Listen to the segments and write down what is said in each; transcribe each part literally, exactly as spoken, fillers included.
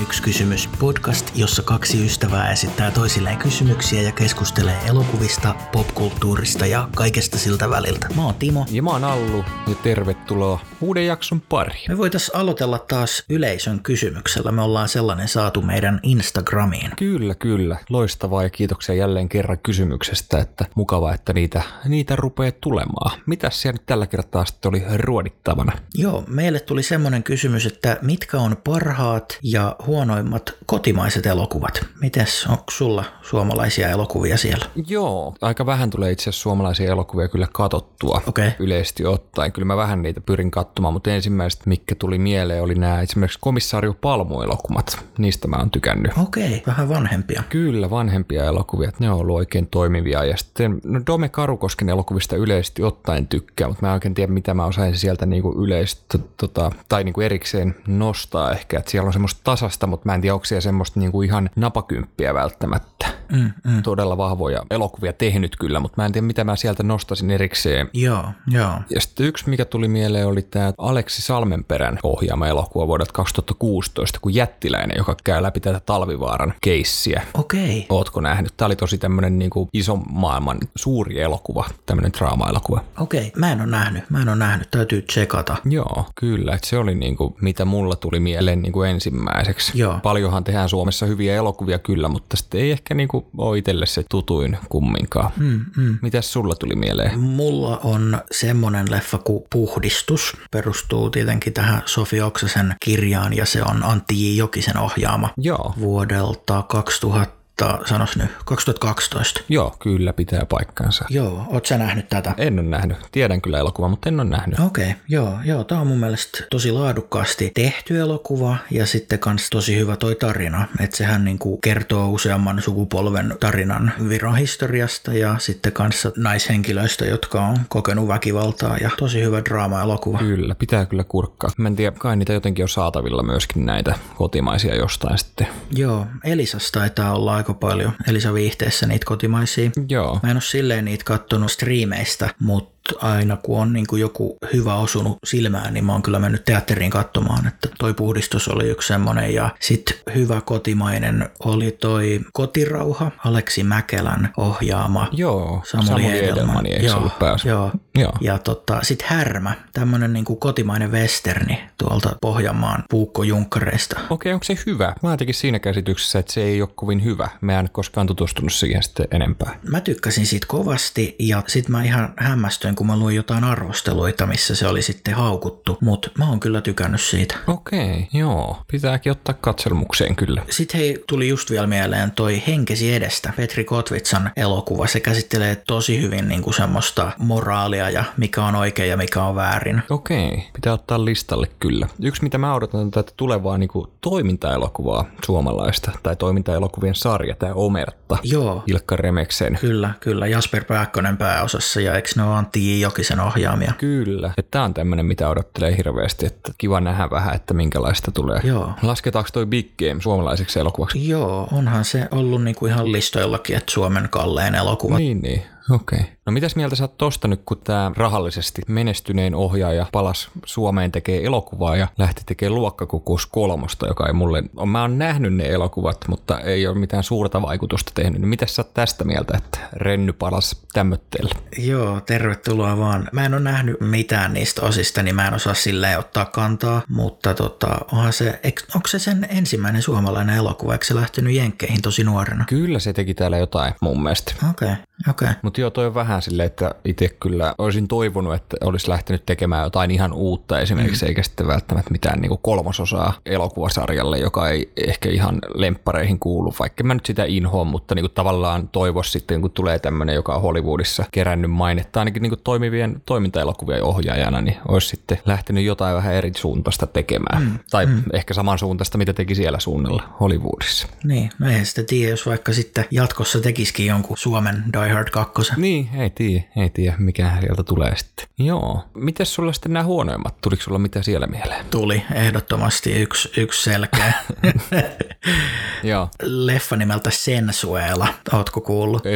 Yksi kysymys podcast, jossa kaksi ystävää esittää toisilleen kysymyksiä ja keskustelee elokuvista, popkulttuurista ja kaikesta siltä väliltä. Mä oon Timo. Ja mä oon Allu, ja tervetuloa uuden jakson pariin. Me voitais aloitella taas yleisön kysymyksellä. Me ollaan sellainen saatu meidän Instagramiin. Kyllä, kyllä. Loistavaa ja kiitoksia jälleen kerran kysymyksestä, että mukavaa, että niitä, niitä rupeaa tulemaan. Mitäs siellä nyt tällä kertaa sitten oli ruodittavana? Joo, meille tuli semmoinen kysymys, että mitkä on parhaat ja huonoimmat kotimaiset elokuvat? Mites, onko sulla suomalaisia elokuvia siellä? Joo, aika vähän tulee itse asiassa suomalaisia elokuvia kyllä katsottua okay. yleisesti ottaen. Kyllä mä vähän niitä pyrin katsomaan, mutta ensimmäiset, mikä tuli mieleen, oli nämä esimerkiksi Komissaario Palmu-elokuvat. Niistä mä oon tykännyt. Okei, okay, vähän vanhempia. Kyllä, vanhempia elokuvia. Ne on ollut oikein toimivia. Ja sitten no Dome Karukosken elokuvista yleisesti ottaen tykkää, mutta mä en oikein tiedä, mitä mä osaisin sieltä niinku yleistä tota, tai niinku erikseen nostaa ehkä. Että siellä on semmoista tasasta, mutta mä en tiedä, onko siellä semmoista niinku ihan napakymppiä välttämättä. Mm, mm. Todella vahvoja elokuvia tehnyt kyllä, mutta mä en tiedä, mitä mä sieltä nostasin erikseen. Joo, joo. Ja sitten yksi, mikä tuli mieleen, oli tämä Aleksi Salmenperän ohjaama elokuva vuodelta kaksituhattakuusitoista, kun Jättiläinen, joka käy läpi tätä Talvivaaran keissiä. Okei. Ootko nähnyt? Tämä oli tosi tämmöinen niinku iso maailman suuri elokuva, tämmöinen draama-elokuva. Okei, mä en ole nähnyt, mä en ole nähnyt, täytyy tsekata. Joo, kyllä, että se oli niinku, mitä mulla tuli mieleen niinku ensimmäiseksi. Joo. Paljonhan tehdään Suomessa hyviä elokuvia kyllä, mutta sitten ei ehkä niinku ole itselle se tutuin kumminkaan. Mm, mm. Mitäs sulla tuli mieleen? Mulla on semmonen leffa kuin Puhdistus. Perustuu tietenkin tähän Sofi Oksasen kirjaan ja se on Antti J. Jokisen ohjaama. Joo. Vuodelta kaksituhatta, sanos nyt, kaksituhattakaksitoista. Joo, kyllä pitää paikkansa. Joo, oot sä nähnyt tätä? En ole nähnyt. Tiedän kyllä elokuva, mutta en ole nähnyt. Okei, okay, joo, joo. Tää on mun mielestä tosi laadukkaasti tehty elokuva ja sitten kans tosi hyvä toi tarina. Että sehän niinku kertoo useamman sukupolven tarinan Viron historiasta ja sitten kanssa naishenkilöistä, jotka on kokenut väkivaltaa ja tosi hyvä draama-elokuva. Kyllä, pitää kyllä kurkkaa. Mä en tiedä, kai niitä jotenkin on saatavilla myöskin näitä kotimaisia jostain sitten. Joo, Elisassa taitaa olla aika paljon. Elisa Viihteessä niitä kotimaisia. Joo. Mä en ole silleen niitä kattonut striimeistä, mutta aina kun on niin kuin joku hyvä osunut silmään, niin mä oon kyllä mennyt teatteriin katsomaan, että toi Puhdistus oli yksi semmoinen ja sitten hyvä kotimainen oli toi Kotirauha, Aleksi Mäkelän ohjaama. Joo, Samuli, Samuli Edelman, eikö se ollut päässä? Joo, joo. Ja tota, sitten Härmä, tämmönen niin kuin kotimainen westerni tuolta Pohjanmaan puukkojunkkareista. Okei, onko se hyvä? Mä jotenkin siinä käsityksessä, että se ei ole kovin hyvä. Mä en koskaan tutustunut siihen sitten enempää. Mä tykkäsin siitä kovasti ja sit mä ihan hämmästyin, kun mä luin jotain arvosteluita, missä se oli sitten haukuttu, mutta mä oon kyllä tykännyt siitä. Okei, joo. Pitääkin ottaa katselmukseen kyllä. Sitten hei, tuli just vielä mieleen toi Henkesi edestä, Petri Kotvitsan elokuva. Se käsittelee tosi hyvin niinku semmoista moraalia ja mikä on oikein ja mikä on väärin. Okei, pitää ottaa listalle kyllä. Yksi, mitä mä odotan tätä tulevaa niinku toimintaelokuvaa suomalaista, tai toimintaelokuvien sarja, tämä Omerta. Joo. Ilkka Remeksen. Kyllä, kyllä. Jasper Pääkkönen pääosassa ja eikö ne ole Antti J. Jokisen ohjaamia? Kyllä. Tämä on tämmöinen, mitä odottelee hirveästi, että kiva nähdä vähän, että minkälaista tulee. Joo. Lasketaanko toi Big Game suomalaiseksi elokuvaksi? Joo, onhan se ollut niinku ihan listoillakin, että Suomen kallein elokuva. Niin, niin. Okei. Okay. No mitäs mieltä sä oot tosta nyt, kun tää rahallisesti menestyneen ohjaaja palasi Suomeen tekee elokuvaa ja lähti tekemään Luokkakukuus kolmosta, joka ei mulle, mä oon nähnyt ne elokuvat, mutta ei ole mitään suurta vaikutusta tehnyt. Niin mitäs sä oot tästä mieltä, että Renny palasi tämmötteelle? Joo, tervetuloa vaan. Mä en ole nähnyt mitään niistä osista, niin mä en osaa silleen ottaa kantaa, mutta tota, onhan se, onko se sen ensimmäinen suomalainen elokuva, eikö se lähtenyt Jenkkeihin tosi nuorena? Kyllä se teki täällä jotain mun mielestä. Okei, okay, okei. Okay. Mutta joo, toi on vähän silleen, että itse kyllä olisin toivonut, että olisi lähtenyt tekemään jotain ihan uutta esimerkiksi, mm. eikä sitten välttämättä mitään niin kuin kolmososaa elokuvasarjalle, joka ei ehkä ihan lemppareihin kuulu, vaikka mä nyt sitä inhoon, mutta niin kuin tavallaan toivoisi sitten, kun tulee tämmöinen, joka on Hollywoodissa kerännyt mainetta ainakin niin kuin toimivien toimintaelokuvien ohjaajana, niin olisi sitten lähtenyt jotain vähän eri suuntaista tekemään. Mm. Tai mm. ehkä saman suuntaista, mitä teki siellä suunnalla Hollywoodissa. Niin, no eihän sitä tiedä, jos vaikka sitten jatkossa tekisikin jonkun Suomen Die Hard kaksi. Niin, ei tiedä, ei tiedä, mikä sieltä tulee sitten. Joo. Mites sulla sitten nämä huonoimmat? Tuliko sulla mitä siellä mieleen? Tuli, ehdottomasti yksi, yksi selkeä. Joo. Leffa nimeltä Sensuela. Ootko kuullut? En ole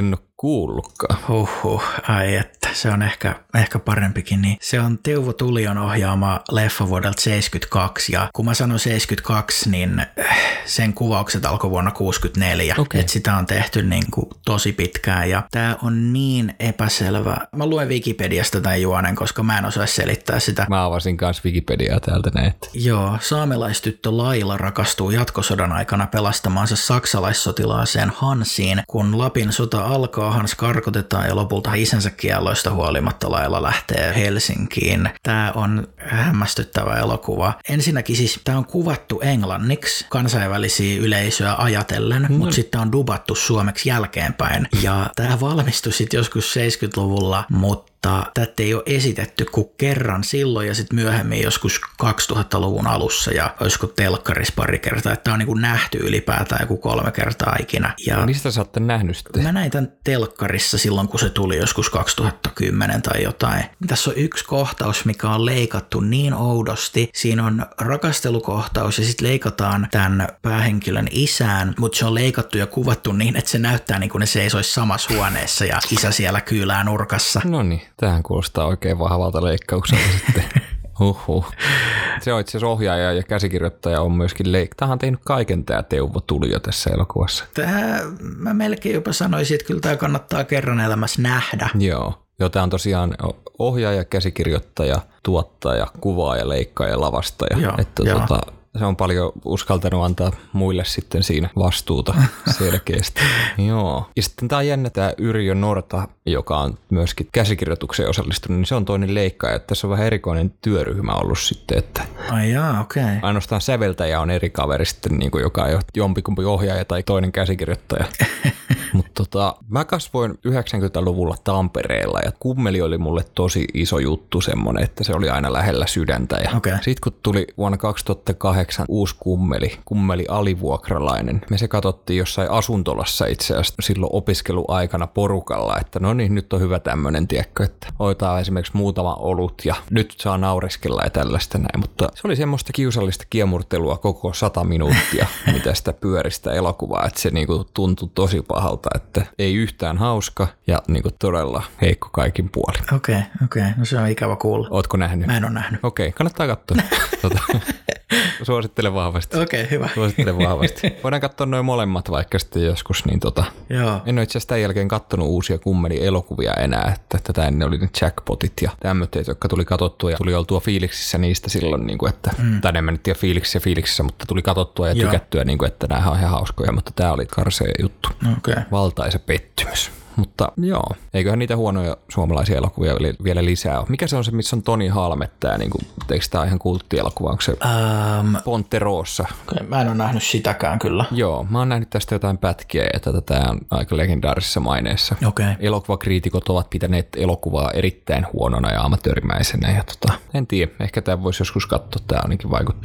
kuullutkaan. Huhhuh, ai että, se on ehkä, ehkä parempikin. Niin. Se on Teuvo Tulion ohjaama leffa vuodelta seitsemänkymmentäkaksi, ja kun mä sanon seitsemänkymmentäkaksi, niin sen kuvaukset alkoi vuonna kuusikymmentäneljä. Okay. Että sitä on tehty niin kuin tosi pitkään, ja tää on niin epäselvä. Mä luen Wikipediasta tämän juonen, koska mä en osaa selittää sitä. Mä avasin kanssa Wikipediaa täältä näin. Joo, saamelaistyttö Laila rakastuu jatkosodan aikana pelastamaansa saksalaissotilaaseen Hansiin. Kun Lapin sota alkaa, Hans karkotetaan ja lopulta isänsä kielloista huolimatta Laila lähtee Helsinkiin. Tää on hämmästyttävä elokuva. Ensinnäkin siis tää on kuvattu englanniksi kansainvälisiä yleisöä ajatellen, mm. mutta sitten on dubattu suomeksi jälkeenpäin. Ja tää valmistui sitten joskus seitsemänkymmentäluvulla, mutta tätä ei ole esitetty kuin kerran silloin ja sitten myöhemmin joskus kaksituhattaluvun alussa ja olisiko telkkarissa pari kertaa. Tämä on niin kuin nähty ylipäätään joku kolme kertaa ikinä. Ja mistä sä olette nähnyt sitten? Mä näin tämän telkkarissa silloin, kun se tuli joskus kaksituhattakymmenen tai jotain. Tässä on yksi kohtaus, mikä on leikattu niin oudosti. Siinä on rakastelukohtaus ja sitten leikataan tämän päähenkilön isään, mutta se on leikattu ja kuvattu niin, että se näyttää niin kuin ne seisoisi samassa huoneessa ja isä siellä kyylää nurkassa. No niin. Tähän kuulostaa oikein vahvalta leikkaukselta sitten. Huhhuh. Se on itse asiassa ohjaaja ja käsikirjoittaja on myöskin leik- Tähän on tehnyt kaiken tämä Teuvo Tulio tässä elokuvassa. Tämä, mä melkein jopa sanoisin, että kyllä tämä kannattaa kerran elämässä nähdä. Joo. Joo, tämä on tosiaan ohjaaja, käsikirjoittaja, tuottaja, kuvaaja, leikkaaja, lavastaja. Joo, että joo. Tota, se on paljon uskaltanut antaa muille sitten siinä vastuuta selkeästi. Joo. Ja sitten tämä on jännä, tämä Yrjö Norta, joka on myöskin käsikirjoitukseen osallistunut, niin se on toinen leikkaaja. Tässä on vähän erikoinen työryhmä ollut sitten, että ai jaa, okei. Okay. Ainoastaan säveltäjä on eri kaveri sitten, niin kuin joka ei ole jompikumpi ohjaaja tai toinen käsikirjoittaja. Mutta tota, mä kasvoin yhdeksänkymmentäluvulla Tampereella ja kummeli oli mulle tosi iso juttu semmoinen, että se oli aina lähellä sydäntä. Ja okay. Sitten kun tuli vuonna kaksituhattakahdeksan uusi kummeli, kummeli alivuokralainen, me se katsottiin jossain asuntolassa itse asiassa silloin opiskeluaikana porukalla, että no niin, nyt on hyvä tämmöinen, tiedätkö, että otetaan esimerkiksi muutama olut ja nyt saa naureskella ja tällaista näin, mutta se oli semmoista kiusallista kiemurtelua koko sata minuuttia, mitä sitä pyöristä elokuvaa, että se niinku tuntui tosi pahalta, että ei yhtään hauska ja niinku todella heikko kaikin puolin. Okei, okay, okei, okay. No se on ikävä kuulla. Ootko nähnyt? Mä en ole nähnyt. Okei, okay, kannattaa katsoa. tota, suosittelen vahvasti. Okei, okay, hyvä. Suosittelen vahvasti. Voidaan katsoa noin molemmat vaikka sitten joskus, niin tota, joo. En ole itse asiassa tämän jälkeen kattonut uusia kummeli-elokuvia enää, että tätä ennen oli ne jackpotit ja tämmöiset, jotka tuli katsottua ja tuli oltua fiiliksissä niistä silloin, niin kuin, että, mm. tai en mä nyt tiedä fiiliksissä fiiliksissä, mutta tuli katsottua ja tykättyä, niin kuin, että nämä on ihan hauskoja, mutta tämä oli karsea juttu. Okay. Valtaisa pettymys. Mutta joo, eiköhän niitä huonoja suomalaisia elokuvia vielä lisää ole. Mikä se on se, missä on Toni Halmettää, niin kuin, eikö tämä ihan kulttielokuva, onko se um, Ponterossa? Okay, mä en ole nähnyt sitäkään kyllä. Joo, mä oon nähnyt tästä jotain pätkiä, että tämä on aika legendaarisessa maineessa. Okay. Elokuvakriitikot ovat pitäneet elokuvaa erittäin huonona ja amatöörimäisenä. Ja tota, en tiedä, ehkä tämä voisi joskus katsoa, tämä ainakin vaikutti.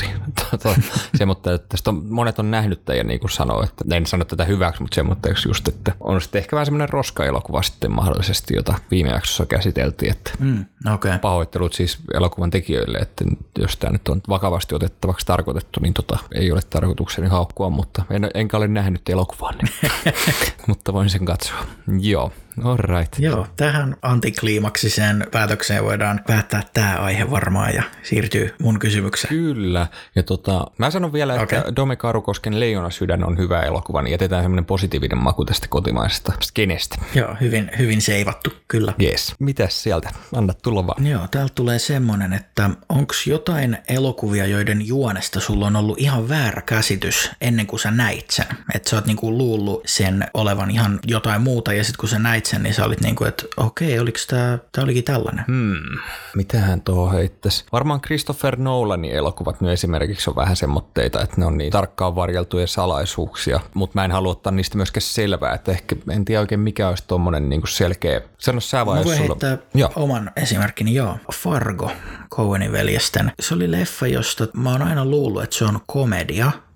se, mutta että tästä on, monet on nähnyt tämän ja niin kuin sanoo, että en sano tätä hyväksi, mutta semmoitteeksi just, että on sitten ehkä vähän semmoinen roska-elokuva sitten mahdollisesti, jota viime jaksossa käsiteltiin, että mm, okay. Pahoittelut siis elokuvan tekijöille, että jos tämä nyt on vakavasti otettavaksi tarkoitettu, niin tota, ei ole tarkoitukseni haukkua, mutta en, enkä ole nähnyt elokuvaa, niin. mutta voin sen katsoa. Joo. All right. Joo, tähän antikliimaksiseen päätökseen voidaan päättää tämä aihe varmaan ja siirtyy mun kysymykseen. Kyllä. Ja tota, mä sanon vielä, okay. että Dome Karukosken Leijonasydän on hyvä elokuva, niin jätetään semmoinen positiivinen maku tästä kotimaisesta skenestä. Joo, hyvin, hyvin seivattu, kyllä. Yes. Mitäs sieltä? Anna tulla vaan. Joo, täältä tulee semmoinen, että onko jotain elokuvia, joiden juonesta sulla on ollut ihan väärä käsitys ennen kuin sä näit sen? Että sä oot niinku luullut sen olevan ihan jotain muuta ja sitten kun sä näit sen, niin sä olit niin kuin, että okei, oliko tämä, tämä olikin tällainen. Hmm. Mitähän tuohon heittäisi? Varmaan Christopher Nolanin elokuvat nyt esimerkiksi on vähän semmoitteita, että ne on niin tarkkaan varjeltuja salaisuuksia, mutta mä en halua ottaa niistä myöskään selvää, että ehkä en tiedä oikein mikä olisi tuommoinen niin kuin selkeä. Sano sä vaan, mä voin sulla... heittää joo. oman esimerkkini, joo. Fargo, Coenin veljesten. Se oli leffa, josta mä oon aina luullut, että se on komedia,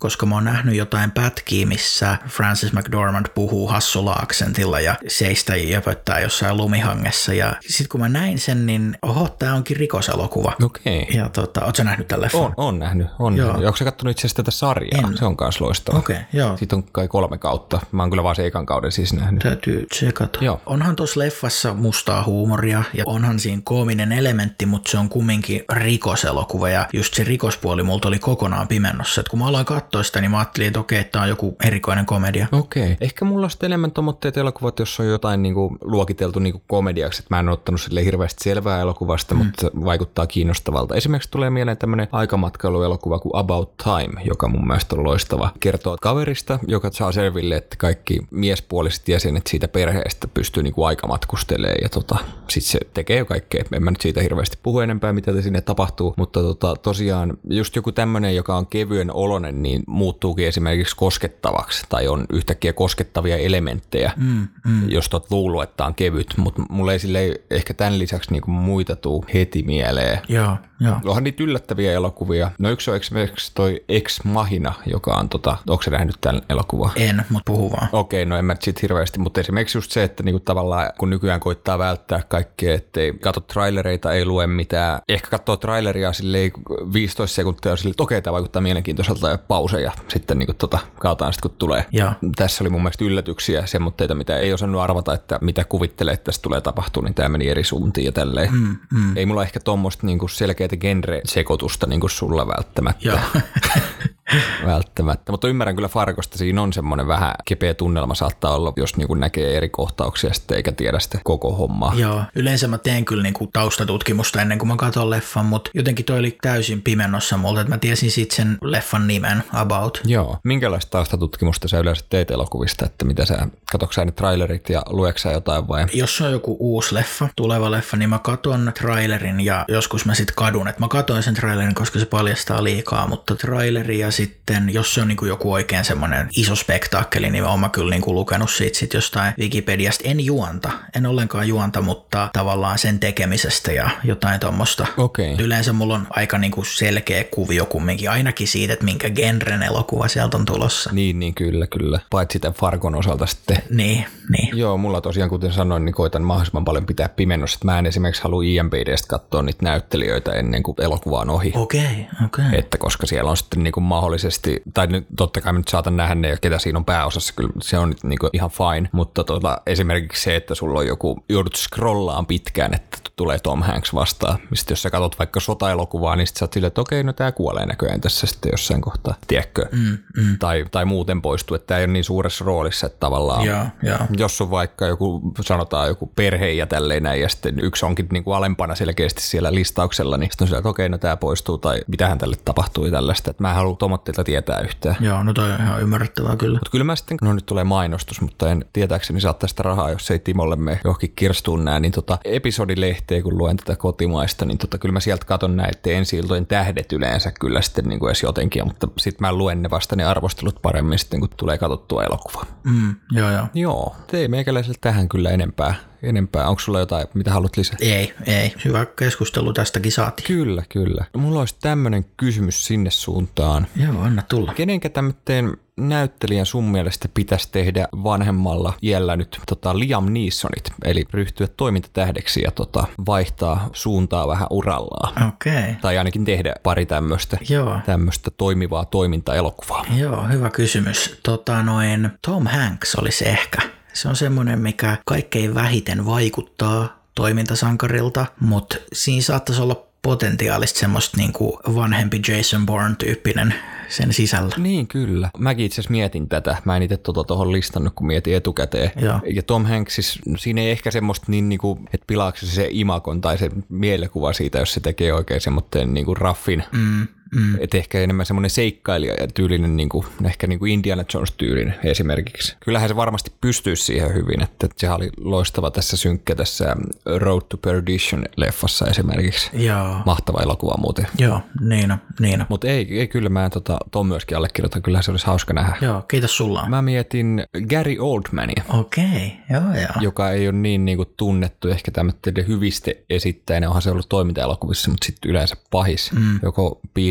koska mä oon nähnyt jotain pätkiä, missä Frances McDormand puhuu hassulla aksentilla ja seistä jöpöttää jossain lumihangessa. Ja sit kun mä näin sen, niin oho, tää onkin rikoselokuva. Okei. Ja tota, ootko sä nähnyt tämän leffan? On, on nähnyt. On Joo. nähnyt. Onko sä kattonut itse asiassa tätä sarjaa? En. Se on kans loistava. Okei, okay, joo. Siitä on kai kolme kautta. Mä oon kyllä vaan se ekan kauden siis nähnyt. Täytyy tsekata. Joo. Onhan tuossa leffassa mustaa huumoria ja onhan siinä koominen elementti, mutta se on kumminkin rikoselokuva ja just se rikospuoli multa oli kokonaan pimennossa. Et kun mä aloin katsoa sitä, niin mä ajattelin, että okei, että tää on joku erikoinen komedia. Okei. Ehkä mulla on sitten enemmän tommoitteet elokuvat, jos on jotain niinku luokiteltu niinku komediaksi, että mä en ole ottanut sille hirveästi selvää elokuvasta, mm. mutta vaikuttaa kiinnostavalta. Esimerkiksi tulee mieleen tämmöinen aikamatkailuelokuva kuin About Time, joka mun mielestä on loistava. Kertoo kaverista, joka saa selville, että kaikki miespuoliset jäsenet siitä perheestä pystyy niinku aikamatkustelemaan ja tota, sit se tekee jo kaikkea. En mä nyt siitä hirveästi puhu enempää, mitä sinne tapahtuu, mutta tota, tosiaan just joku tämmöinen, joka on kevyen oloinen, niin muuttuukin esimerkiksi koskettavaksi tai on yhtäkkiä koskettavia elementtejä, mm, mm. jos oot luullut, että on kevyt, mutta mulla ei silleen ehkä tämän lisäksi niinku muita tuu heti mieleen. Joo, joo. Onhan niitä yllättäviä elokuvia. No yksi on esimerkiksi toi Ex Machina, joka on tota, onko sä nähnyt tämän elokuvan? En, mutta puhu vaan. Okei, no en mä sit hirveästi, mutta esimerkiksi just se, että niinku tavallaan kun nykyään koittaa välttää kaikkea, ettei katso trailereita, ei lue mitään. Ehkä katsoo traileria silleen viisitoista sekuntia silleen, että okei, tämä vaikuttaa mielenkiintoiselta ja pause ja sitten niinku tota, katsotaan sitten kun tulee. Ja. Tässä oli mun mielestä yllätyksiä, semmoitteita, mitä ei osannut arvata, että mitä kuvittelee, että tästä tulee tapahtua, niin tämä meni eri suuntiin ja tälleen. Mm, mm. Ei mulla ehkä tommoista niinku selkeätä genre-sekoitusta niinku sulla välttämättä. Joo. Välttämättä, mutta ymmärrän kyllä Fargosta, siinä on semmoinen vähän kepeä tunnelma saattaa olla, jos niinku näkee eri kohtauksia sitten eikä tiedä sitä koko hommaa. Joo, yleensä mä teen kyllä niinku taustatutkimusta ennen kuin mä katson leffan, mutta jotenkin toi oli täysin pimennossa multa, että mä tiesin sitten sen leffan nimen About. Joo, minkälaista taustatutkimusta sä yleensä teet elokuvista, että mitä sä, katsotko sä ne trailerit ja lueksä sä jotain vai? Jos on joku uusi leffa, tuleva leffa, niin mä katon trailerin ja joskus mä sitten kadun, että mä katoin sen trailerin, koska se paljastaa liikaa, mutta traileri ja sitten, jos se on niin kuin joku oikein semmoinen iso spektaakkeli, niin oon mä kyllä niin kuin lukenut siitä sit jostain Wikipediasta. En juonta, en ollenkaan juonta, mutta tavallaan sen tekemisestä ja jotain tuommoista. Okay. Yleensä mulla on aika niin kuin selkeä kuvio kumminkin, ainakin siitä, että minkä genren elokuva sieltä on tulossa. Niin, niin kyllä, kyllä. Paitsi tämän Fargon osalta sitten. Niin, niin. Joo, mulla tosiaan, kuten sanoin, niin koitan mahdollisimman paljon pitää pimennossa. Mä en esimerkiksi halua I M D B:stä katsoa niitä näyttelijöitä ennen kuin elokuva on ohi. Okei, okay, okei. Okay. Että koska siellä on sitten niin kuin mahdollisesti, tai nyt totta kai mä nyt saatan nähdä ne, ketä siinä on pääosassa, kyllä se on niin kuin ihan fine, mutta tota, esimerkiksi se, että sulla on joku, joudut scrollaan pitkään, että tulee Tom Hanks vastaan. Sitten jos sä katsot vaikka sota-elokuvaa, niin sit sä oot silleen, että okei, no tää kuolee näköjään tässä sitten jossain kohtaa, tiedätkö? Mm, mm. Tai, tai muuten poistuu, että tää ei ole niin suuressa roolissa, että tavallaan, ja, ja. jos on vaikka joku, sanotaan joku perhe ja tälleen näin, ja sitten yksi onkin niin kuin alempana selkeästi siellä listauksella, niin sitten on silleen, että okei, no tää poistuu, tai mitähän tälle tapahtuu ja tällaista, että mä en halua tomotteilta tietää yhtään. Joo, no toi on ihan ymmärrettävää kyllä. Mutta kyllä mä sitten, no nyt tulee mainostus, mutta en tietääkseni saa tästä rahaa, jos ei Timolle mene johonkin kirstuun nää, niin tota episodilehteä, kun luen tätä kotimaista, niin tota, kyllä mä sieltä katon näitä ensi-iltojen tähdet yleensä kyllä sitten niin kuin edes jotenkin, mutta sitten mä luen ne vasta ne arvostelut paremmin sitten, kun tulee katsottua elokuva. Mm, joo, joo. Joo, ei meikäläiselle tähän kyllä enempää. enempää. Onko sulla jotain, mitä haluat lisää? Ei, ei. Hyvä keskustelu tästäkin saatiin. Kyllä, kyllä. Mulla olisi tämmöinen kysymys sinne suuntaan. Joo, anna tulla. Kenenkä tämmöinen näyttelijän sun mielestä pitäisi tehdä vanhemmalla iällä nyt tota, Liam Neesonit, eli ryhtyä toimintatähdeksi ja tota, vaihtaa suuntaa vähän urallaan. Okei. Okay. Tai ainakin tehdä pari tämmöistä, tämmöistä toimivaa toimintaelokuvaa. Joo, hyvä kysymys. Tota noin, Tom Hanks olisi ehkä. Se on semmoinen, mikä kaikkein vähiten vaikuttaa toimintasankarilta, mutta siinä saattaisi olla potentiaalista semmoista niinku vanhempi Jason Bourne-tyyppinen sen sisällä. Niin, kyllä. Mäkin itse asiassa mietin tätä. Mä en itse tuota tuohon listannut, kun mietin etukäteen. Joo. Ja Tom Hanks, siis, siinä ei ehkä semmoista niin, niin kuin, että pilaako se se imakon tai se mielikuva siitä, jos se tekee oikein semmoinen niin kuin raffin. Mm. Mm. Että ehkä enemmän semmoinen seikkailija ja tyylinen, niin kuin, ehkä niin kuin Indiana Jones-tyylinen esimerkiksi. Kyllähän se varmasti pystyisi siihen hyvin, että sehän oli loistava tässä synkkä tässä Road to Perdition-leffassa esimerkiksi. Joo. Mahtava elokuva muuten. Joo, niin on, niin on. Mutta ei, ei kyllä mä tota, Tom myöskin allekirjoitan, kyllähän se olisi hauska nähdä. Joo, kiitos sulla. Mä mietin Gary Oldmania. Okei, okay. joo joo. Joka ei ole niin, niin kuin tunnettu ehkä tämmöinen hyviste esittäjänä, onhan se ollut toimintaelokuvissa, mutta sitten yleensä pahis. Mm. Joko piinaa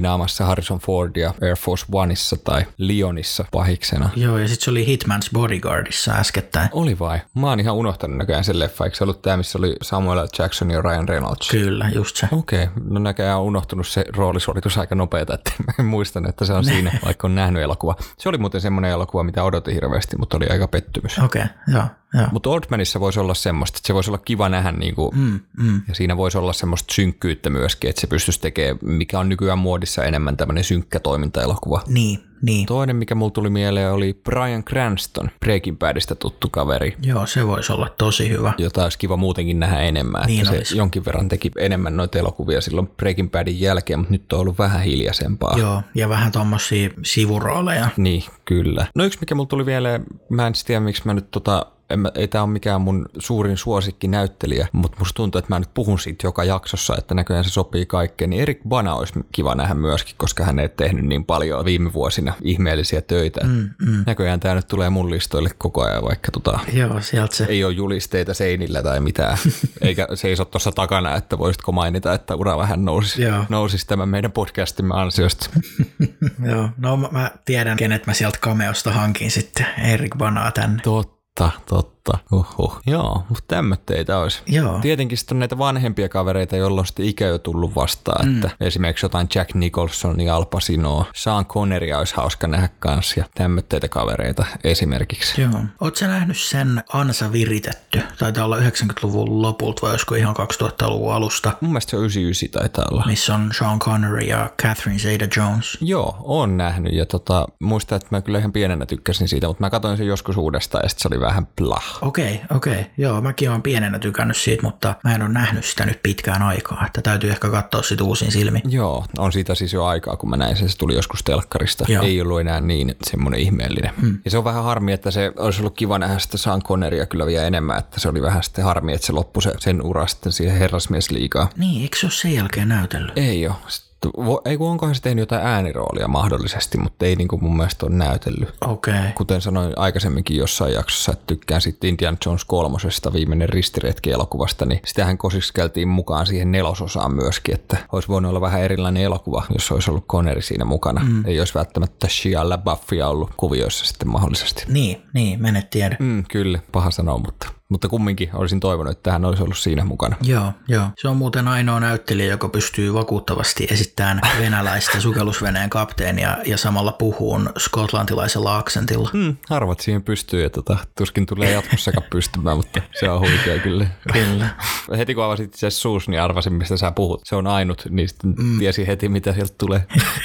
treenaamassa Harrison Fordia Air Force Oneissa tai Lyonissa pahiksena. Joo, ja sitten se oli Hitman's Bodyguardissa äskettäin. Oli vai? Mä oon ihan unohtanut näköjään sen leffa. Eikö se ollut tää, missä oli Samuel L. Jackson ja Ryan Reynolds? Kyllä, just se. Okei, okay. No näköjään on unohtunut se roolisuoritus aika nopeeta, että mä en muistan, että se on siinä, vaikka on nähnyt elokuva. Se oli muuten semmoinen elokuva, mitä odotin hirveästi, mutta oli aika pettymys. Okei, okay, joo. Joo. Mutta Oldmanissa voisi olla semmoista, että se voisi olla kiva nähdä niinku, mm, mm. ja siinä voisi olla semmoista synkkyyttä myöskin, että se pystyisi tekemään, mikä on nykyään muodissa enemmän tämmöinen synkkä toimintaelokuva. Niin, niin. Toinen, mikä mulla tuli mieleen, oli Bryan Cranston, Breaking Badista tuttu kaveri. Joo, se voisi olla tosi hyvä. Jota olisi kiva muutenkin nähdä enemmän, niin että olisi. Se jonkin verran teki enemmän noita elokuvia silloin Breaking Badin jälkeen, mutta nyt on ollut vähän hiljaisempaa. Joo, ja vähän tommosia sivurooleja. Niin, kyllä. No yksi, mikä mulla tuli vielä, mä en tiedä, miksi mä nyt tota... En, ei tämä ole mikään mun suurin suosikkinäyttelijä, mutta musta tuntuu, että mä nyt puhun siitä joka jaksossa, että näköjään se sopii kaikkeen. Niin Eric Bana olisi kiva nähdä myöskin, koska hän ei tehnyt niin paljon viime vuosina ihmeellisiä töitä. Mm, mm. Näköjään tämä nyt tulee mun listoille koko ajan, vaikka tota, joo, sieltä se. Ei ole julisteita seinillä tai mitään, eikä seiso tuossa takana, että voisitko mainita, että ura vähän nousisi, nousisi tämän meidän podcastimme ansiosta. Joo, no mä tiedän, kenet mä sieltä cameosta hankin sitten Eric Banaa tänne. Totta. Totta, totta. Uhuh. Joo, mutta tämmötteitä olisi. Joo. Tietenkin sitten on näitä vanhempia kavereita, joilla on sitten ikä jo tullut vastaan, mm. että esimerkiksi jotain Jack Nicholsonia, Al Pacinoa, Sean Conneria olisi hauska nähdä kanssa ja tämmötteitä kavereita esimerkiksi. Joo. Ootko sä nähnyt sen Ansa viritetty? Taitaa olla yhdeksänkymmentäluvun lopulta vai olisiko ihan kaksituhattaluvun alusta? Mun mielestä se on yhdeksänkymmentäyhdeksän taitaa olla. Missä on Sean Connery ja Catherine Zeta-Jones. Joo, on nähnyt ja tota, muistan, että mä kyllä ihan pienenä tykkäsin siitä, mutta mä katsoin sen joskus uudestaan ja sitten se oli vähän plah. Okei, okay, okei. Okay. Joo, mäkin olen pienenä tykännyt siitä, mutta mä en ole nähnyt sitä nyt pitkään aikaa, että täytyy ehkä katsoa sitä uusin silmin. Joo, on siitä siis jo aikaa, kun mä näin sen, se tuli joskus telkkarista. Joo. Ei ollut enää niin semmoinen ihmeellinen. Hmm. Ja se on vähän harmi, että se olisi ollut kiva nähdä sitä Sean Conneria kyllä vielä enemmän, että se oli vähän sitten harmi, että se loppui se, sen ura sitten siihen Herrasmiesliigaan. Niin, eikö se ole sen jälkeen näytellyt? Ei ole. Ei kun onkohan se tehnyt jotain ääniroolia mahdollisesti, mutta ei niin kuin mun mielestä ole näytellyt. Okei. Okay. Kuten sanoin aikaisemminkin jossain jaksossa, että tykkään sitten Indiana Jones kolmosesta, viimeinen ristiretki elokuvasta, niin sitähän kosiskeltiin mukaan siihen nelososaan myöskin, että olisi voinut olla vähän erilainen elokuva, jos olisi ollut Connery siinä mukana. Mm. Ei olisi välttämättä Shia LaBeoufia ollut kuvioissa sitten mahdollisesti. Niin, niin, menet tiedä. Mm, kyllä, paha sanoa, mutta... Mutta kumminkin olisin toivonut, että hän olisi ollut siinä mukana. Joo, joo. Se on muuten ainoa näyttelijä, joka pystyy vakuuttavasti esittämään venäläistä sukellusveneen kapteenia ja samalla puhuun skotlantilaisella aksentilla. Mm, harvat siihen pystyy ja tota, tuskin tulee jatkossakaan pystymään, mutta se on huikea kyllä. Kyllä. Heti kun avasit itse suusi, niin arvasin, mistä sä puhut. Se on ainut, niin sitten mm. tiesi heti, mitä sieltä tulee.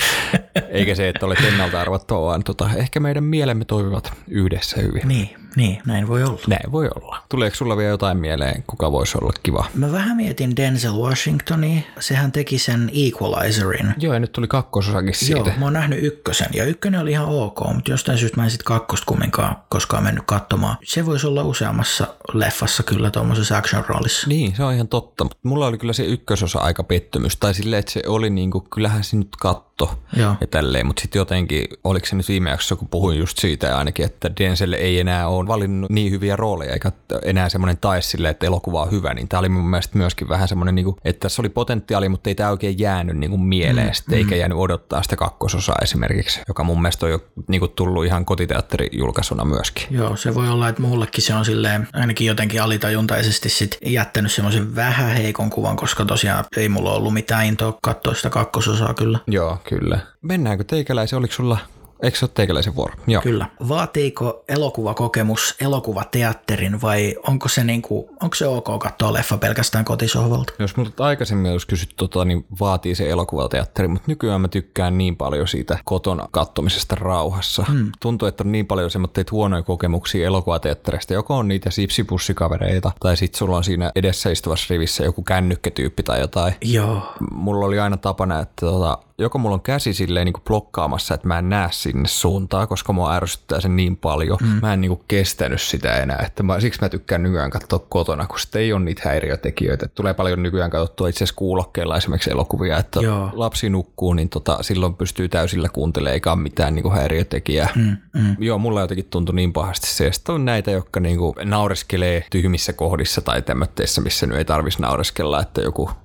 Eikä se, että olet ennalta arvattua, vaan tota, ehkä meidän mielemme toimivat yhdessä hyvin. Niin, niin, näin voi olla. Näin voi olla. Tuleeko sulla vielä jotain mieleen, kuka voisi olla kiva? Mä vähän mietin Denzel Washingtonia. Sehän teki sen Equalizerin. Joo, ja nyt tuli kakkososakin siitä. Joo, mä oon nähnyt ykkösen. Ja ykkönen oli ihan ok, mutta jostain syystä mä en sit kakkosta kumminkaan koskaan mennyt katsomaan. Se voisi olla useammassa leffassa kyllä tuommoisessa action-roolissa. Niin, se on ihan totta. Mutta mulla oli kyllä se ykkösosa aika pettymys. Tai silleen, että se oli niinku, kyllähän se nyt katto. Joo. Ja tälleen, mutta sitten jotenkin, oliko se nyt viime jaksossa, kun puhuin just siitä ainakin, että Denzel ei enää ole valinnut niin hyviä rooleja, eikä enää semmoinen tae silleen, että elokuva on hyvä, niin tämä oli mun mielestä myöskin vähän semmoinen, niin kuin, että tässä oli potentiaali, mutta ei tämä oikein jäänyt niin kuin mieleen, mm, eikä mm. jäänyt odottaa sitä kakkososaa esimerkiksi, joka mun mielestä on jo niin kuin tullut ihan kotiteatterijulkaisuna myöskin. Joo, se voi olla, että mullekin se on silleen ainakin jotenkin alitajuntaisesti sit jättänyt semmoisen vähän heikon kuvan, koska tosiaan ei mulla ollut mitään intoa katsoa sitä kakkososaa kyllä. Joo, kyllä. Mennäänkö teikäläisen, oliko sulla... Eikö se ole teikäläisen vuoro? Joo. Kyllä. Vaatiiko elokuvakokemus elokuvateatterin vai onko se, niinku, onko se ok katsoa leffa pelkästään kotisohvalta? Jos minulta aikaisemmin olisi kysytty, tota, niin vaatii se elokuvateatteri, mutta nykyään mä tykkään niin paljon siitä kotona katsomisesta rauhassa. Hmm. Tuntuu, että on niin paljon semmoitteita huonoja kokemuksia elokuvateatterista. Joko on niitä sipsipussikavereita tai sitten sulla on siinä edessä istuvassa rivissä joku kännykkätyyppi tai jotain. Joo. Mulla oli aina tapana, että tota, joko mulla on käsi silleen niin kuin blokkaamassa, että mä en näe sinne suuntaan, koska mua ärsyttää sen niin paljon. Mm. Mä en niin kuin kestänyt sitä enää, että mä, siksi mä tykkään nykyään katsoa kotona, kun sitten ei ole niitä häiriötekijöitä. Tulee paljon nykyään katsottua itse asiassa kuulokkeilla esimerkiksi elokuvia, että Joo. lapsi nukkuu, niin tota, silloin pystyy täysillä kuuntelemaan, eikä mitään niin kuin häiriötekijää. Mm, mm. Joo, mulla jotenkin tuntui niin pahasti se. Sitten on näitä, jotka niin kuin naureskelee tyhmissä kohdissa tai tämmöteissä, missä nyt ei tarvitsisi naureskella, että joku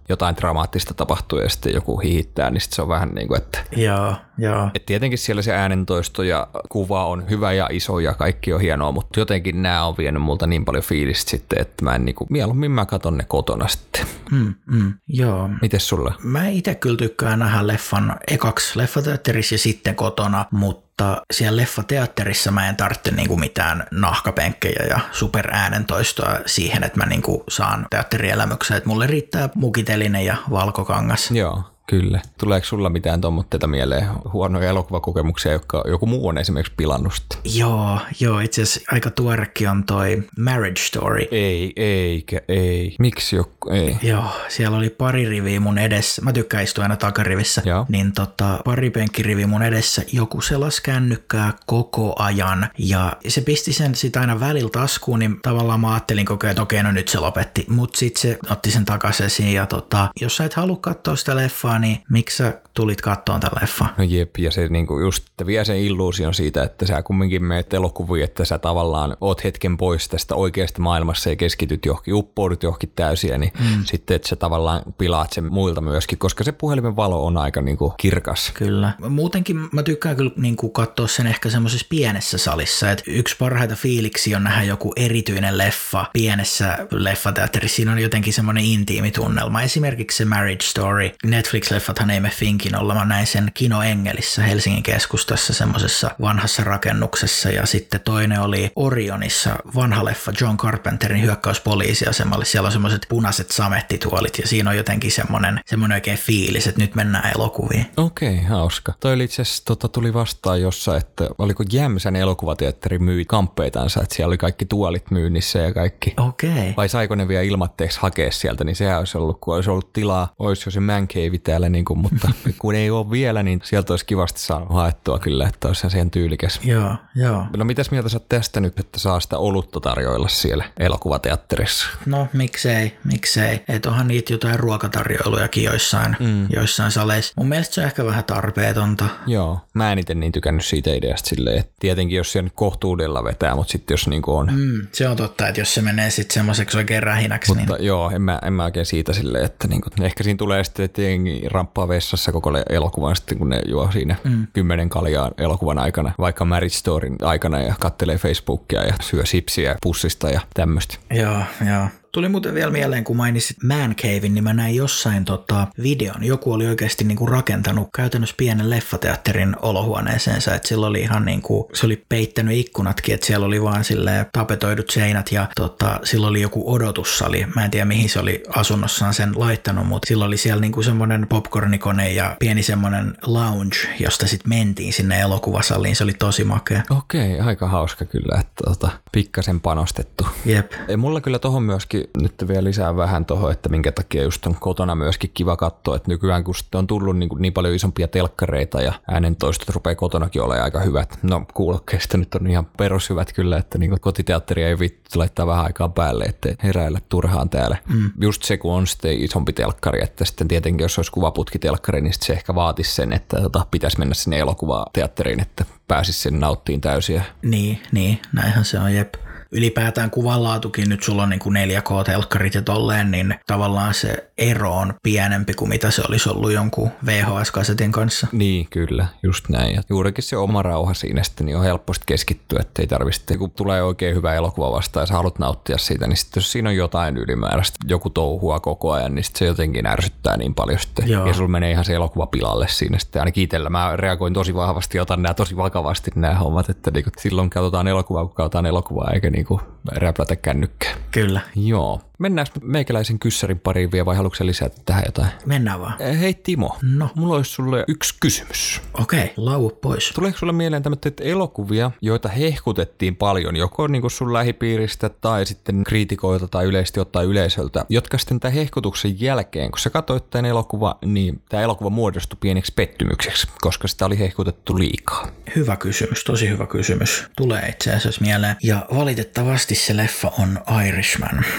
jotain dramaattista tapahtuu ja sitten joku hihittää, niin sitten se on vähän niin kuin, että... Joo, joo. Et tietenkin siellä se äänentoisto ja kuva on hyvä ja iso ja kaikki on hienoa, mutta jotenkin nämä on vienyt multa niin paljon fiilistä sitten, että mä en niin kuin, mieluummin mä katon ne kotona sitten. Mm, mm, joo. Mites sulla? Mä itse kyllä tykkään nähdä leffan ekaksi leffateatterissa ja sitten kotona, mutta siellä leffateatterissa mä en tarvitse niinku mitään nahkapenkkejä ja superäänentoistoa siihen, että mä niinku saan teatterielämyksen. Et mulle riittää mukiteline ja valkokangas. Joo. Kyllä. Tuleeko sulla mitään tuommoitteita mieleen, huonoja elokuvakokemuksia, jotka joku muu on esimerkiksi pilannut sitten? Joo, joo, itse asiassa aika tuorekin on toi Marriage Story. Ei, eikä, ei. Miksi joku, ei? Joo, siellä oli pari riviä mun edessä. Mä tykkään istua aina takarivissä. Joo. Niin tota, pari penkkiriviä mun edessä. Joku selas kännykkää koko ajan ja se pisti sen sitä aina välillä taskuun, niin tavallaan mä ajattelin koko ajan, että okei, no nyt se lopetti. Mut sit se otti sen takaisin ja tota, jos sä et halua katsoa sitä leffaa, niin miksi sä tulit kattoon tämän leffan? No jep, ja se niinku just vie sen illuusion siitä, että sä kumminkin meet elokuviin, että sä tavallaan oot hetken pois tästä oikeasta maailmassa ja keskityt johonkin, uppoudut johonkin täysiä, niin mm. sitten että sä tavallaan pilaat sen muilta myöskin, koska se puhelimen valo on aika niinku kirkas. Kyllä. Muutenkin mä tykkään kyllä niinku katsoa sen ehkä semmoisessa pienessä salissa, että yksi parhaita fiiliksi on nähdä joku erityinen leffa pienessä leffateatterissa. Siinä on jotenkin semmoinen intiimi tunnelma. Esimerkiksi se Marriage Story. Netflix-leffathan ei me finkin olla. Mä näin sen Kino Engelissä Helsingin keskustassa semmoisessa vanhassa rakennuksessa ja sitten toinen oli Orionissa vanha leffa John Carpenterin Hyökkäys poliisiasemalle. Siellä on semmoiset punaiset samettituolit ja siinä on jotenkin semmoinen, semmoinen oikein fiilis, että nyt mennään elokuviin. Okei, okay, hauska. Toi oli itse asiassa tota, tuli vastaan jossain, että oliko Jämsän elokuvateatteri myi kamppeitansa, että siellä oli kaikki tuolit myynnissä ja kaikki. Okei. Okay. Vai saiko ne vielä ilmatteeksi hakea sieltä, niin sehän olisi ollut, kun olisi ollut tilaa, olisi jo se man cave täällä, niin kuin, mutta kun ei ole vielä, niin sieltä olisi kivasti saanut haettua kyllä, että olisi siihen tyylikäs. Joo, joo. No mitäs mieltä sä oot tästä nyt, että saa sitä olutta tarjoilla siellä elokuvateatterissa? No miksei, miksei. Et onhan niitä jotain ruokatarjoilujakin joissain, mm. joissain saleissa. Mun mielestä se on ehkä vähän tarpeetonta. Joo, mä en itse niin tykännyt siitä ideasta silleen, että tietenkin jos se nyt kohtuudella vetää, mutta sitten jos niinku on. Mm, se on totta, että jos se menee sitten semmoiseksi oikein rähinäksi. Mutta niin... joo, en mä, en mä oikein siitä silleen, että niinku, ehkä siinä tulee sitten, että jengi ramppaa vessassa koko elokuvan sitten, kun ne juo siinä mm. kymmenen kaljaa elokuvan aikana, vaikka Marriage Storyn aikana ja kattelee Facebookia ja syö sipsiä pussista ja tämmöistä. Joo, joo. Tuli muuten vielä mieleen, kun mainitsit Man Cavein, niin mä näin jossain tota videon. Joku oli oikeasti niinku rakentanut käytännössä pienen leffateatterin olohuoneeseensa, että sillä oli ihan niinku, se oli peittänyt ikkunatkin, että siellä oli vaan silleen tapetoidut seinät ja tota, sillä oli joku odotussali. Mä en tiedä mihin se oli asunnossaan sen laittanut, mutta sillä oli siellä niinku semmoinen popcornikone ja pieni semmoinen lounge, josta sitten mentiin sinne elokuvasaliin. Se oli tosi makea. Okei, aika hauska kyllä, että tota, pikkasen panostettu. Jep. Ei, mulla kyllä tohon myöskin nyt vielä lisää vähän tuohon, että minkä takia just on kotona myöskin kiva katsoa, että nykyään kun on tullut niin, niin paljon isompia telkkareita ja äänentoistot rupeaa kotonakin olemaan aika hyvät. No kuulokkeista nyt on ihan perushyvät kyllä, että niin kotiteatteria ei vittu laittaa vähän aikaa päälle, ettei heräillä turhaan täällä. Mm. Just se, kun on sitten isompi telkkari, että sitten tietenkin jos olisi kuvaputkitelkkari, niin se ehkä vaatisi sen, että tota, pitäisi mennä sinne elokuvateatteriin, että pääsisi sen nauttiin täysiä. Niin, niin, näinhän se on, jep. Ylipäätään kuvanlaatukin, nyt sulla on niin kuin neljä K-telkkarit ja tolleen, niin tavallaan se ero on pienempi kuin mitä se olisi ollut jonkun V H S-kasetin kanssa. Niin, kyllä, just näin. Ja juurikin se oma rauha siinä sitten niin on helposti keskittyä, ettei tarvitse, kun tulee oikein hyvä elokuva vastaan ja sä haluat nauttia siitä, niin sitten jos siinä on jotain ylimääräistä, joku touhua koko ajan, niin sitten se jotenkin ärsyttää niin paljon sitten. Joo. Ja sulla menee ihan se elokuva pilalle siinä sitten. Ainakin itsellä mä reagoin tosi vahvasti ja otan nämä tosi vakavasti nämä hommat, että niin silloin katsotaan elokuvaa, kun katsotaan elokuvaa, eikä niin kuin räplätä kännykkää. Kyllä. Joo. Mennäänkö meikäläisen kyssärin pariin vielä vai haluatko lisätä tähän jotain? Mennään vaan. Hei Timo, no. Mulla olisi sulle yksi kysymys. Okei, okay, lauvu pois. Tuleeko sulle mieleen tämmöitä elokuvia, joita hehkutettiin paljon, joko niin kuin sun lähipiiristä tai sitten kriitikoilta tai yleisesti ottaen yleisöltä, jotka sitten tämän hehkutuksen jälkeen, kun sä katsoit tämän elokuva, niin tämä elokuva muodostui pieneksi pettymykseksi, koska sitä oli hehkutettu liikaa? Hyvä kysymys, tosi hyvä kysymys. Tulee itse asiassa mieleen. Ja valitettavasti se leffa on Irishman, Scorsese.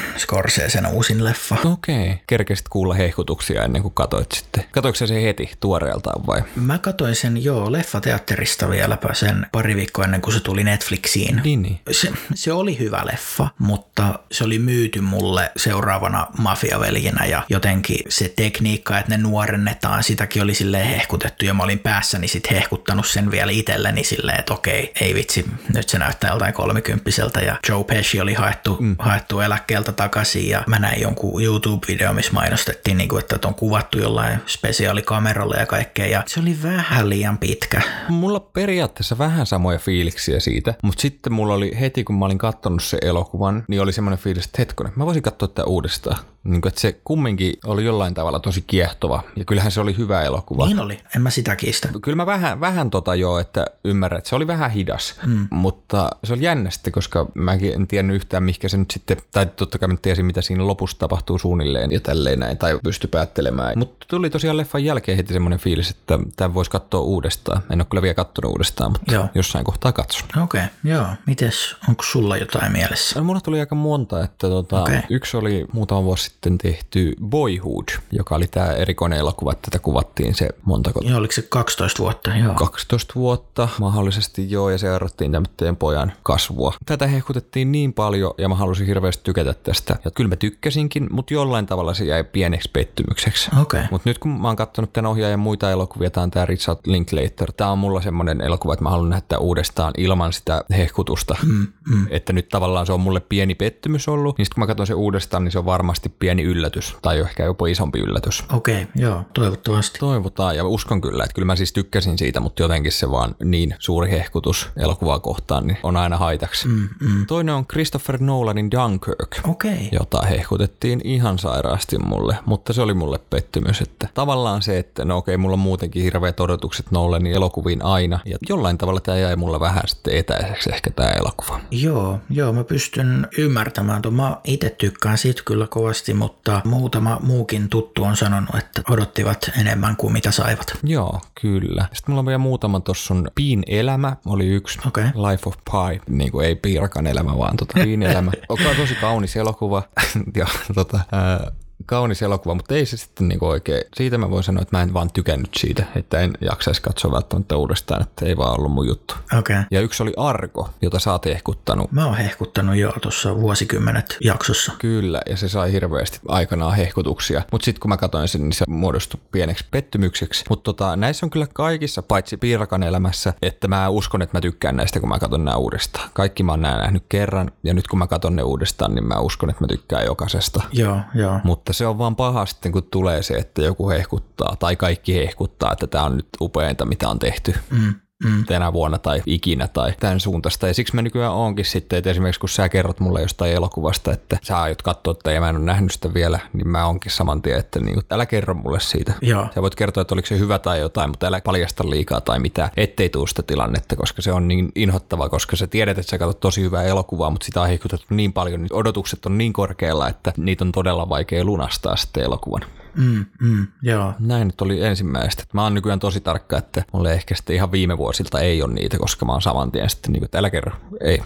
Scorsesen uusin leffa. Okei. Okay. Kerkesit kuulla hehkutuksia ennen kuin katoit sitten. Katoiko sä se heti tuoreeltaan vai? Mä katoin sen joo leffateatterista vieläpä sen pari viikkoa ennen kuin se tuli Netflixiin. Niin, niin. Se, se oli hyvä leffa, mutta se oli myyty mulle seuraavana mafiaveljinä ja jotenkin se tekniikka, että ne nuorennetaan, sitäkin oli silleen hehkutettu ja mä olin päässäni sit hehkuttanut sen vielä itselleni silleen, että okei, ei vitsi, nyt se näyttää joltain kolmikymppiseltä ja Joe Pesci oli haettu, mm. haettu eläkkeeltä takaisin ja mä näin jonkun YouTube-video, missä mainostettiin, niin kuin, että on kuvattu jollain spesiaalikameralla ja kaikkea ja se oli vähän liian pitkä. Mulla periaatteessa vähän samoja fiiliksiä siitä, mutta sitten mulla oli heti, kun mä olin katsonut sen elokuvan, niin oli semmoinen fiilis, että hetkonen, mä voisin katsoa tätä uudestaan. Niin kuin, että se kumminkin oli jollain tavalla tosi kiehtova ja kyllähän se oli hyvä elokuva. Niin oli, en mä sitä kiistä. Kyllä mä vähän, vähän tota joo, että ymmärrän, että se oli vähän hidas, mm. mutta se oli jännä sitten, koska mäkin en tiennyt yhtään, mihinkä se nyt sitten, tai totta kai mä tiesin, mitä siinä lopussa tapahtuu suunnilleen ja tälleen näin, tai pysty päättelemään. Mutta tuli tosiaan leffan jälkeen heti semmoinen fiilis, että tämän voisi katsoa uudestaan. En ole kyllä vielä katsonut uudestaan, mutta joo. Jossain kohtaa katson. Okei, okay, joo. Mites, onko sulla jotain mielessä? No, mulla tuli aika monta, että tota, okay. Yksi oli muutama vuosi sitten tehty Boyhood, joka oli tämä erikoinen elokuva, että tätä kuvattiin se montako. Joo, oliko se kaksitoista vuotta? Joo. kaksitoista vuotta mahdollisesti joo, ja se arrottiin tämmöinen pojan kasvua. Tätä hehkutettiin niin paljon, ja mä halusin hirveästi tykätä tästä. Ja kyllä mä tykkäsinkin, mutta jollain tavalla se jäi pieneksi pettymykseksi. Okay. Mutta nyt kun mä oon katsonut tämän ohjaajan muita elokuvia, tää on tää Richard Linklater, tää on mulla semmoinen elokuva, että mä haluan nähdä uudestaan ilman sitä hehkutusta. Mm, mm. Että nyt tavallaan se on mulle pieni pettymys ollut, niin sit kun mä katson sen uudestaan, niin se on varmasti pieni yllätys, tai ehkä jopa isompi yllätys. Okei, okay, joo, toivottavasti. Toivotaan, ja uskon kyllä, että kyllä mä siis tykkäsin siitä, mutta jotenkin se vaan niin suuri hehkutus elokuvaa kohtaan, niin on aina haitaksi. Mm, mm. Toinen on Christopher Nolanin Dunkirk, okay. jota hehkutettiin ihan sairaasti mulle, mutta se oli mulle pettymys, että tavallaan se, että no okei, mulla on muutenkin hirveät odotukset Nolanin elokuviin aina, ja jollain tavalla tämä jäi mulle vähän sitten etäiseksi ehkä tämä elokuva. Joo, joo, mä pystyn ymmärtämään. Mä itse tykkään siitä kyllä kovasti, mutta muutama muukin tuttu on sanonut, että odottivat enemmän kuin mitä saivat. Joo, kyllä. Sitten mulla on vielä muutama, tuossa on Piin elämä, oli yksi. Okay. Life of Pi, niin kuin ei piirakan elämä, vaan tota Piin elämä. Onkaan tosi kaunis elokuva. ja tota... Ää, kaunis elokuva, mutta ei se sitten niinku oikein. Siitä mä voin sanoa, että mä en vaan tykännyt siitä, että en jaksaisi katsoa välttämättä uudestaan, että ei vaan ollut mun juttu. Okay. Ja yksi oli Argo, jota sä oot hehkuttanut. Mä oon hehkuttanut jo tuossa vuosikymmenet jaksossa. Kyllä, ja se sai hirveästi aikanaan hehkutuksia, mutta sitten kun mä katsoin sen, niin se muodostui pieneksi pettymykseksi. Mutta tota, näissä on kyllä kaikissa, paitsi Piirakan elämässä, että mä uskon, että mä tykkään näistä, kun mä katson nämä uudestaan. Kaikki mä oon nää nähnyt kerran, ja nyt kun mä katson ne uudestaan, niin mä uskon, että mä tykkään jokaisesta. Joo, joo. Mutta se on vaan paha sitten, kun tulee se, että joku hehkuttaa tai kaikki hehkuttaa, että tämä on nyt upeinta, mitä on tehty. Mm. Mm. tänä vuonna tai ikinä tai tämän suuntaista. Ja siksi mä nykyään oonkin sitten, että esimerkiksi kun sä kerrot mulle jostain elokuvasta, että sä aiot katsoa tätä ja mä en ole nähnyt sitä vielä, niin mä oonkin saman tien, että niin, älä kerro mulle siitä. Joo. Sä voit kertoa, että oliko se hyvä tai jotain, mutta älä paljasta liikaa tai mitään, ettei tuu sitä tilannetta, koska se on niin inhottava, koska sä tiedät, että sä katsot tosi hyvää elokuvaa, mutta sitä on hehkutettu niin paljon, niin odotukset on niin korkealla, että niitä on todella vaikea lunastaa sitten elokuvan. Mm, mm, joo. Näin nyt oli ensimmäistä. Mä oon nykyään tosi tarkka, että mulle ehkä sitten ihan viime vuosilta ei ole niitä, koska mä oon saman tien sitten niin kuin, että älä kerro, ei,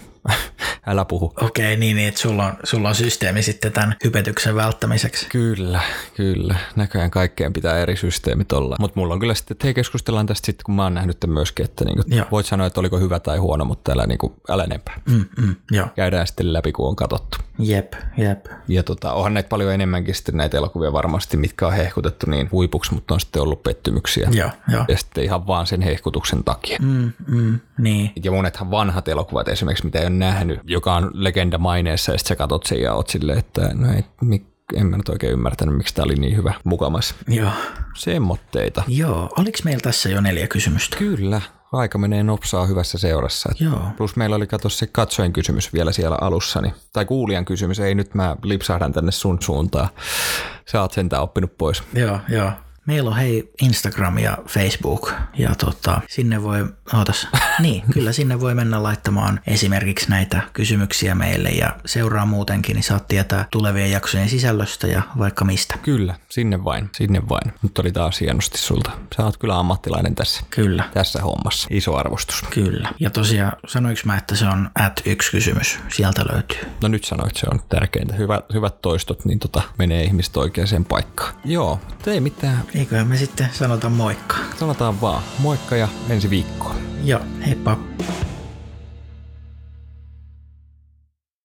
älä puhu. Okei, okay, niin, niin, että sulla on, sulla on systeemi sitten tämän hypetyksen välttämiseksi. Kyllä, kyllä. Näköjään kaikkeen pitää eri systeemit olla. Mutta mulla on kyllä sitten, että hei, keskustellaan tästä sitten, kun mä oon nähnyt tämän myöskin, että niin kuin, voit sanoa, että oliko hyvä tai huono, mutta älä, niin kuin, älä enempää. Mm, mm, joo. Käydään sitten läpi, kun on katsottu. Jep, jep. Ja tota, onhan näitä paljon enemmänkin sitten näitä elokuvia varmasti, mitkä on hehkutettu niin huipuksi, mutta on sitten ollut pettymyksiä. Joo, joo. Ja sitten ihan vaan sen hehkutuksen takia. Mm, mm, niin. Ja monethan vanhat elokuvat esimerkiksi, mitä ei ole nähnyt, joka on legenda maineessa, ja sitten sä katot sen ja oot silleen, että no ei, en mä nyt oikein ymmärtänyt, miksi tää oli niin hyvä mukamas. Joo. Semmotteita. Joo, oliko meillä tässä jo neljä kysymystä? Kyllä. Aika menee nopsaa hyvässä seurassa. Joo. Plus meillä oli kato se katsojen kysymys vielä siellä alussa, niin, tai kuulijan kysymys, ei nyt mä lipsahdan tänne sun suuntaan. Sä oot sentään oppinut pois. Joo, joo. Meillä on hei Instagram ja Facebook ja tota, sinne voi, ootas, niin kyllä sinne voi mennä laittamaan esimerkiksi näitä kysymyksiä meille ja seuraa muutenkin, niin saat tietää tulevien jaksojen sisällöstä ja vaikka mistä. Kyllä, sinne vain, sinne vain. Nyt oli taas hienosti sulta. Sä oot kyllä ammattilainen tässä. Kyllä. Tässä hommassa. Iso arvostus. Kyllä. Ja tosiaan sanoinko mä, että se on at yksi kysymys. Sieltä löytyy. No nyt sanoit, se on tärkeintä. Hyvä, hyvät toistot, niin tota, menee ihmiset oikeaan paikkaan. Joo, ei mitään. Eiköhän me sitten sanota moikka. Sanotaan vaan moikka ja ensi viikkoon. Joo, heippa.